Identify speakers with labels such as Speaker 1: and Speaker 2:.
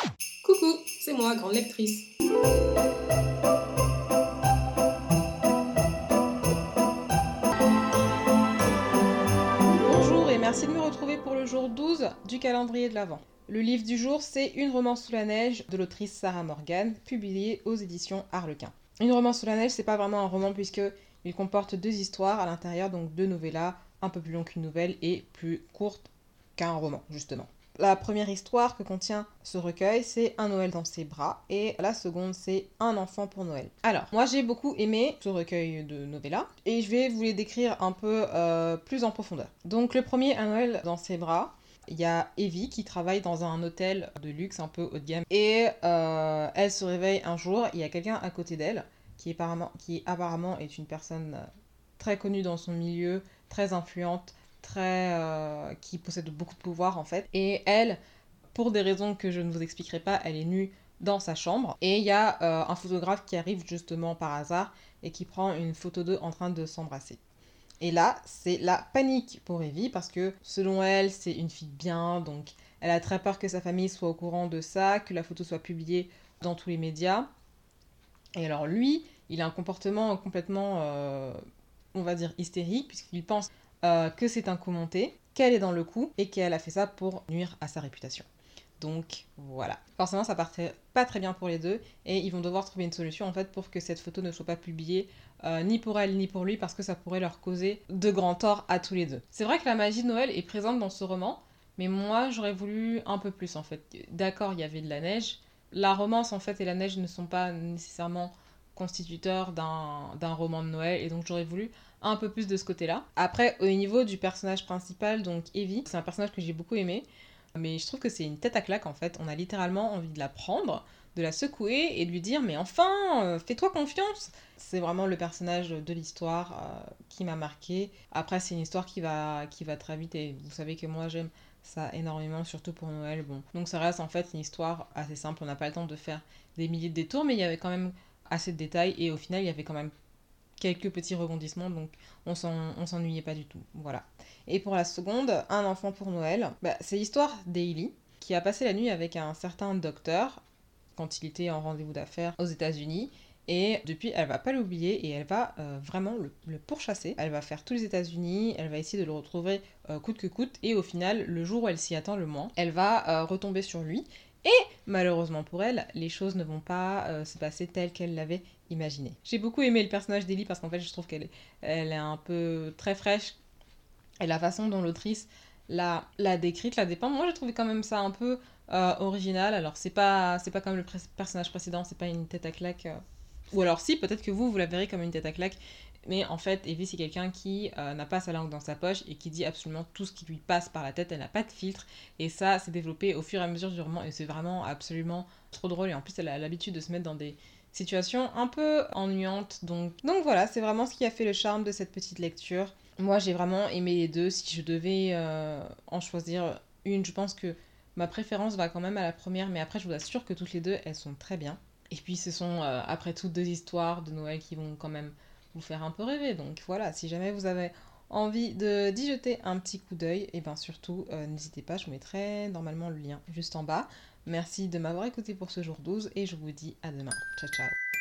Speaker 1: Coucou, c'est moi, grande lectrice. Bonjour et merci de me retrouver pour le jour 12 du calendrier de l'Avent. Le livre du jour, c'est Une romance sous la neige de l'autrice Sarah Morgan, publié aux éditions Harlequin. Une romance sous la neige, c'est pas vraiment un roman puisque il comporte deux histoires à l'intérieur, donc deux novellas, un peu plus longues qu'une nouvelle et plus courtes qu'un roman, justement. La première histoire que contient ce recueil, c'est Un Noël dans ses bras, et la seconde, c'est Un enfant pour Noël. Alors, moi j'ai beaucoup aimé ce recueil de novellas, et je vais vous les décrire un peu plus en profondeur. Donc le premier, Un Noël dans ses bras, il y a Evie qui travaille dans un hôtel de luxe un peu haut de gamme, et elle se réveille un jour, il y a quelqu'un à côté d'elle, qui apparemment est une personne très connue dans son milieu, très influente, qui possède beaucoup de pouvoir en fait. Et elle, pour des raisons que je ne vous expliquerai pas, elle est nue dans sa chambre. Et il y a un photographe qui arrive justement par hasard et qui prend une photo d'eux en train de s'embrasser. Et là, c'est la panique pour Evie parce que selon elle, c'est une fille bien, donc elle a très peur que sa famille soit au courant de ça, que la photo soit publiée dans tous les médias. Et alors lui, il a un comportement complètement, on va dire, hystérique, puisqu'il pense que c'est un coup monté, qu'elle est dans le coup, et qu'elle a fait ça pour nuire à sa réputation. Donc voilà. Forcément, ça partait pas très bien pour les deux, et ils vont devoir trouver une solution en fait pour que cette photo ne soit pas publiée, ni pour elle ni pour lui, parce que ça pourrait leur causer de grands torts à tous les deux. C'est vrai que la magie de Noël est présente dans ce roman, mais moi j'aurais voulu un peu plus en fait. D'accord, il y avait de la neige. La romance en fait et la neige ne sont pas nécessairement constituteurs d'un roman de Noël, et donc j'aurais voulu un peu plus de ce côté-là. Après, au niveau du personnage principal, donc Evie, c'est un personnage que j'ai beaucoup aimé, mais je trouve que c'est une tête à claque en fait. On a littéralement envie de la prendre, de la secouer et de lui dire mais enfin, fais-toi confiance. C'est vraiment le personnage de l'histoire qui m'a marqué. Après, c'est une histoire qui va très vite et vous savez que moi j'aime ça énormément, surtout pour Noël. Bon, donc ça reste en fait une histoire assez simple. On n'a pas le temps de faire des milliers de détours, mais il y avait quand même assez de détails et au final il y avait quand même quelques petits rebondissements, donc on s'ennuyait pas du tout. Voilà. Et pour la seconde, Un enfant pour Noël, c'est l'histoire d'Hailey, qui a passé la nuit avec un certain docteur quand il était en rendez-vous d'affaires aux États-Unis. Et depuis, elle va pas l'oublier et elle va vraiment le pourchasser. Elle va faire tous les États-Unis, elle va essayer de le retrouver coûte que coûte. Et au final, le jour où elle s'y attend le moins, elle va retomber sur lui. Et malheureusement pour elle, les choses ne vont pas se passer telles qu'elle l'avait imaginé. J'ai beaucoup aimé le personnage d'Ellie parce qu'en fait, je trouve qu'elle est un peu très fraîche. Et la façon dont l'autrice l'a décrite, l'a dépeint, moi j'ai trouvé quand même ça un peu original. Alors c'est pas comme le personnage précédent, c'est pas une tête à claque. Ou alors si, peut-être que vous la verrez comme une tête à claque. Mais en fait, Evie, c'est quelqu'un qui n'a pas sa langue dans sa poche et qui dit absolument tout ce qui lui passe par la tête. Elle n'a pas de filtre. Et ça, c'est développé au fur et à mesure du roman. Et c'est vraiment absolument trop drôle. Et en plus, elle a l'habitude de se mettre dans des situations un peu ennuyantes. Donc voilà, c'est vraiment ce qui a fait le charme de cette petite lecture. Moi, j'ai vraiment aimé les deux. Si je devais en choisir une, je pense que ma préférence va quand même à la première. Mais après, je vous assure que toutes les deux, elles sont très bien. Et puis, ce sont après tout deux histoires de Noël qui vont quand même vous faire un peu rêver. Donc voilà, si jamais vous avez envie d'y jeter un petit coup d'œil, et bien surtout, n'hésitez pas, je vous mettrai normalement le lien juste en bas. Merci de m'avoir écouté pour ce jour 12 et je vous dis à demain. Ciao ciao.